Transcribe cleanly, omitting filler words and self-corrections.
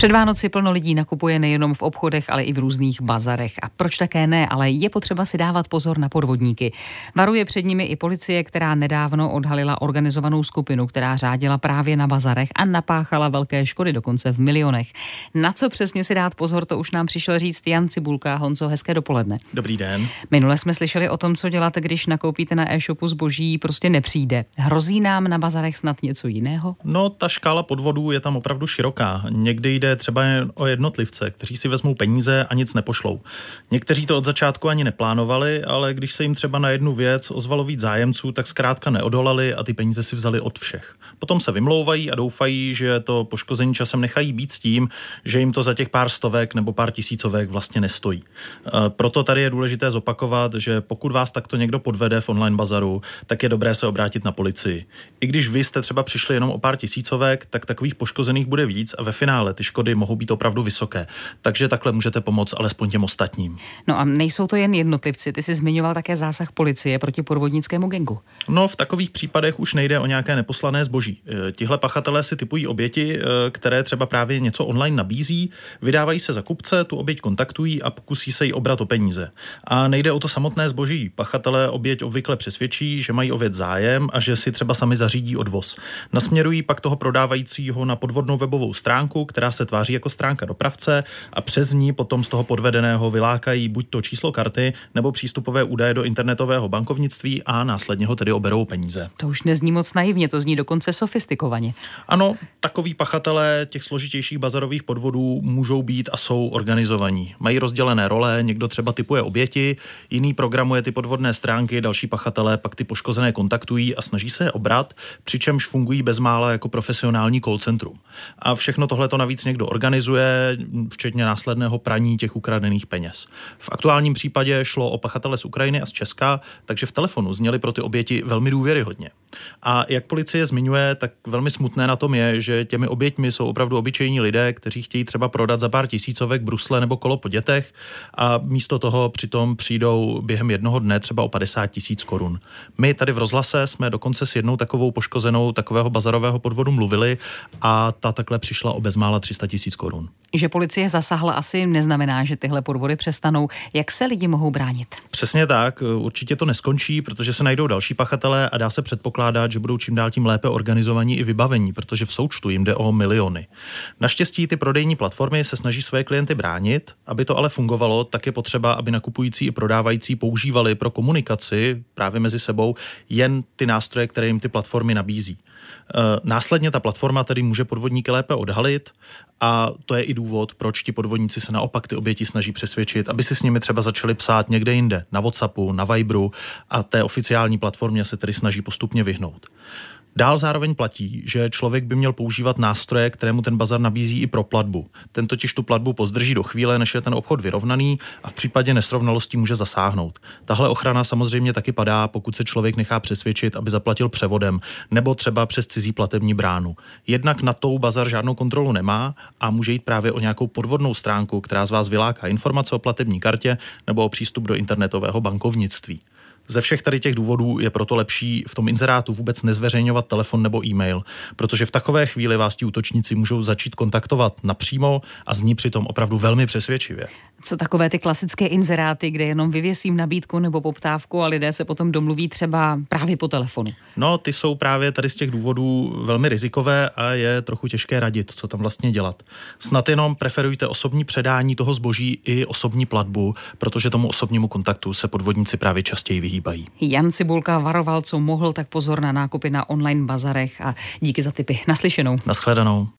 Před Vánoci plno lidí nakupuje nejenom v obchodech, ale i v různých bazarech. A proč také ne, ale je potřeba si dávat pozor na podvodníky. Varuje před nimi i policie, která nedávno odhalila organizovanou skupinu, která řádila právě na bazarech a napáchala velké škody, dokonce v milionech. Na co přesně si dát pozor, to už nám přišel říct Jan Cibulka. Honzo, hezké dopoledne. Dobrý den. Minule jsme slyšeli o tom, co dělat, když nakoupíte na e-shopu zboží, prostě nepřijde. Hrozí nám na bazarech snad něco jiného? No, ta škála podvodů je tam opravdu široká. Někdy jde třeba jen o jednotlivce, kteří si vezmou peníze a nic nepošlou. Někteří to od začátku ani neplánovali, ale když se jim třeba na jednu věc ozvalo víc zájemců, tak zkrátka neodolali a ty peníze si vzali od všech. Potom se vymlouvají a doufají, že to poškození časem nechají být s tím, že jim to za těch pár stovek nebo pár tisícovek vlastně nestojí. Proto tady je důležité zopakovat, že pokud vás takto někdo podvede v online bazaru, tak je dobré se obrátit na policii. I když vy jste třeba přišli jenom o pár tisícovek, tak takových poškozených bude víc a ve finále ty škody mohou být opravdu vysoké. Takže takhle můžete pomoct alespoň těm ostatním. No a nejsou to jen jednotlivci, ty jsi zmiňoval také zásah policie proti podvodnickému gangu. No, v takových případech už nejde o nějaké neposlané zboží. Tihle pachatelé si typují oběti, které třeba právě něco online nabízí, vydávají se za kupce, tu oběť kontaktují a pokusí se jí obrat o peníze. A nejde o to samotné zboží. Pachatelé oběť obvykle přesvědčí, že mají o věc zájem a že si třeba sami zařídí odvoz. Nasměrují pak toho prodávajícího na podvodnou webovou stránku, která se tváří jako stránka dopravce a přes ní potom z toho podvedeného vylákají buď to číslo karty nebo přístupové údaje do internetového bankovnictví a následně ho tedy oberou peníze. To už nezní moc naivně, to zní dokonce sofistikovaně. Ano, takoví pachatelé těch složitějších bazarových podvodů můžou být a jsou organizovaní. Mají rozdělené role, někdo třeba tipuje oběti, jiný programuje ty podvodné stránky, další pachatelé pak ty poškozené kontaktují a snaží se je obrat, přičemž fungují bezmála jako profesionální call centrum. A všechno tohle to navíc někdo organizuje, včetně následného praní těch ukradených peněz. V aktuálním případě šlo o pachatele z Ukrajiny a z Česka, takže v telefonu zněli pro ty oběti velmi důvěryhodně. A jak policie zmiňuje, tak velmi smutné na tom je, že těmi oběťmi jsou opravdu obyčejní lidé, kteří chtějí třeba prodat za pár tisícovek brusle nebo kolo po dětech a místo toho přitom přijdou během jednoho dne třeba o 50 000 korun. My tady v rozhlase jsme dokonce s jednou takovou poškozenou takového bazarového podvodu mluvili a ta takhle přišla o bezmála 300 000 korun. Že policie zasahla asi neznamená, že tyhle podvody přestanou. Jak se lidi mohou bránit? Přesně tak, určitě to neskončí, protože se najdou další pachatelé a dá se předpokládat, že budou čím dál tím lépe organizovaní i vybavení, protože v součtu jim jde o miliony. Naštěstí ty prodejní platformy se snaží své klienty bránit, aby to ale fungovalo, tak je potřeba, aby nakupující i prodávající používali pro komunikaci právě mezi sebou jen ty nástroje, které jim ty platformy nabízí. Následně ta platforma tedy může podvodníky lépe odhalit a to je i důvod, proč ti podvodníci se naopak ty oběti snaží přesvědčit, aby si s nimi třeba začali psát někde jinde, na WhatsAppu, na Viberu a té oficiální platformě se tedy snaží postupně vyhnout. Dál zároveň platí, že člověk by měl používat nástroje, kterému ten bazar nabízí i pro platbu. Ten totiž tu platbu pozdrží do chvíle, než je ten obchod vyrovnaný a v případě nesrovnalostí může zasáhnout. Tahle ochrana samozřejmě taky padá, pokud se člověk nechá přesvědčit, aby zaplatil převodem nebo třeba přes cizí platební bránu. Jednak na tou bazar žádnou kontrolu nemá a může jít právě o nějakou podvodnou stránku, která z vás vyláká informace o platební kartě nebo o přístup do internetového bankovnictví. Ze všech tady těch důvodů je proto lepší v tom inzerátu vůbec nezveřejňovat telefon nebo e-mail, protože v takové chvíli vás ti útočníci můžou začít kontaktovat napřímo a zní přitom opravdu velmi přesvědčivě. Co takové ty klasické inzeráty, kde jenom vyvěsím nabídku nebo poptávku a lidé se potom domluví třeba právě po telefonu? No, ty jsou právě tady z těch důvodů velmi rizikové a je trochu těžké radit, co tam vlastně dělat. Snad jenom preferujte osobní předání toho zboží i osobní platbu, protože tomu osobnímu kontaktu se podvodníci právě častěji vyhýbají. Jan Cibulka varoval, co mohl, tak pozor na nákupy na online bazarech a díky za tipy. Naslyšenou. Naschledanou.